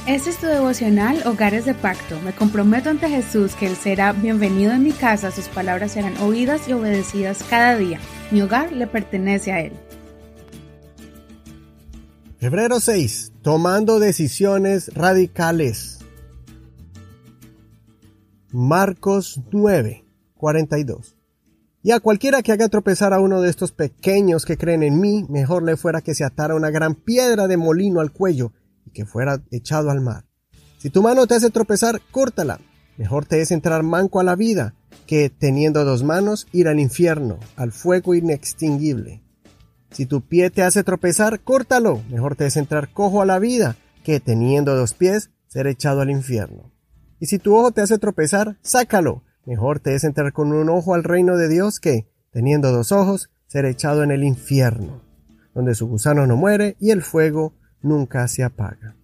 Este es tu devocional Hogares de Pacto. Me comprometo ante Jesús que Él será bienvenido en mi casa, sus palabras serán oídas y obedecidas cada día. Mi hogar le pertenece a Él. Febrero 6. Tomando decisiones radicales. Marcos 9:42. Y a cualquiera que haga tropezar a uno de estos pequeños que creen en mí, mejor le fuera que se atara una gran piedra de molino al cuello y que fuera echado al mar. Si tu mano te hace tropezar, córtala. Mejor te es entrar manco a la vida, que teniendo dos manos ir al infierno, al fuego inextinguible. Si tu pie te hace tropezar, córtalo. Mejor te es entrar cojo a la vida, que teniendo dos pies ser echado al infierno. Y si tu ojo te hace tropezar, sácalo. Mejor te es entrar con un ojo al reino de Dios que, teniendo dos ojos, ser echado en el infierno, donde su gusano no muere y el fuego nunca se apaga.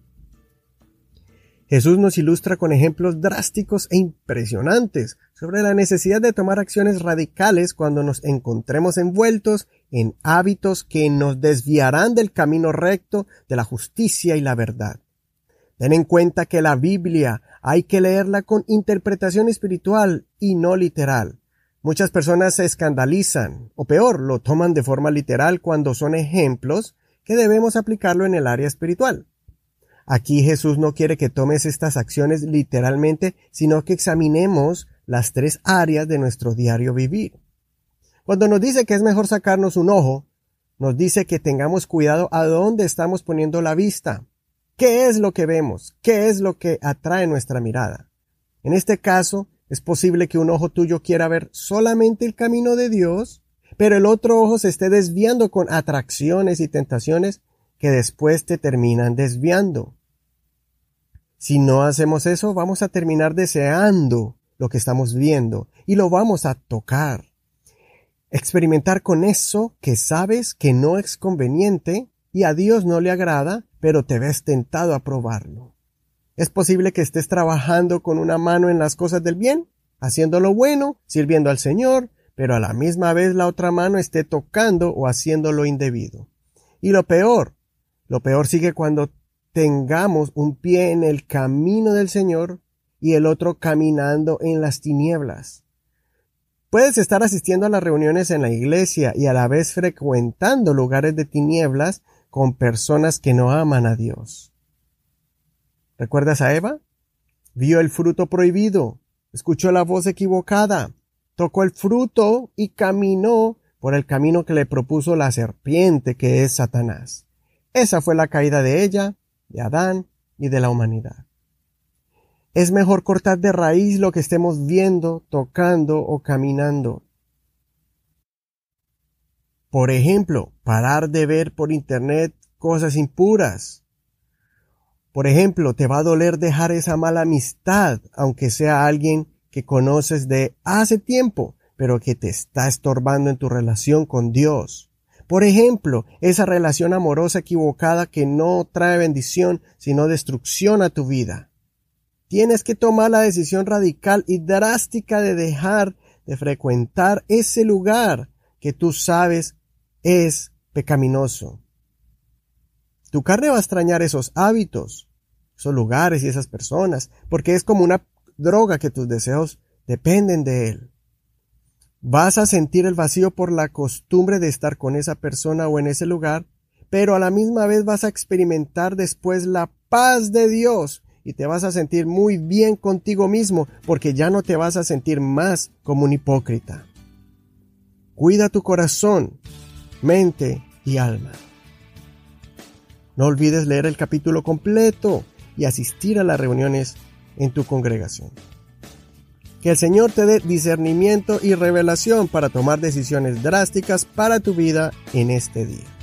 Jesús nos ilustra con ejemplos drásticos e impresionantes sobre la necesidad de tomar acciones radicales cuando nos encontremos envueltos en hábitos que nos desviarán del camino recto de la justicia y la verdad. Ten en cuenta que la Biblia hay que leerla con interpretación espiritual y no literal. Muchas personas se escandalizan, o peor, lo toman de forma literal cuando son ejemplos que debemos aplicarlo en el área espiritual. Aquí Jesús no quiere que tomes estas acciones literalmente, sino que examinemos las tres áreas de nuestro diario vivir. Cuando nos dice que es mejor sacarnos un ojo, nos dice que tengamos cuidado a dónde estamos poniendo la vista. ¿Qué es lo que vemos? ¿Qué es lo que atrae nuestra mirada? En este caso, es posible que un ojo tuyo quiera ver solamente el camino de Dios, pero el otro ojo se esté desviando con atracciones y tentaciones que después te terminan desviando. Si no hacemos eso, vamos a terminar deseando lo que estamos viendo y lo vamos a tocar. Experimentar con eso que sabes que no es conveniente y a Dios no le agrada, pero te ves tentado a probarlo. Es posible que estés trabajando con una mano en las cosas del bien, haciendo lo bueno, sirviendo al Señor, pero a la misma vez la otra mano esté tocando o haciendo lo indebido. Y lo peor sigue cuando tengamos un pie en el camino del Señor y el otro caminando en las tinieblas. Puedes estar asistiendo a las reuniones en la iglesia y a la vez frecuentando lugares de tinieblas con personas que no aman a Dios. ¿Recuerdas a Eva? Vio el fruto prohibido, escuchó la voz equivocada, tocó el fruto y caminó por el camino que le propuso la serpiente, que es Satanás. Esa fue la caída de ella, de Adán y de la humanidad. Es mejor cortar de raíz lo que estemos viendo, tocando o caminando. Por ejemplo, parar de ver por internet cosas impuras. Por ejemplo, te va a doler dejar esa mala amistad, aunque sea alguien que conoces de hace tiempo, pero que te está estorbando en tu relación con Dios. Por ejemplo, esa relación amorosa equivocada que no trae bendición, sino destrucción a tu vida. Tienes que tomar la decisión radical y drástica de dejar de frecuentar ese lugar que tú sabes es pecaminoso. Tu carne va a extrañar esos hábitos, esos lugares y esas personas, porque es como una droga que tus deseos dependen de él. Vas a sentir el vacío por la costumbre de estar con esa persona o en ese lugar, pero a la misma vez vas a experimentar después la paz de Dios y te vas a sentir muy bien contigo mismo porque ya no te vas a sentir más como un hipócrita. Cuida tu corazón, mente y alma. No olvides leer el capítulo completo y asistir a las reuniones en tu congregación. Que el Señor te dé discernimiento y revelación para tomar decisiones drásticas para tu vida en este día.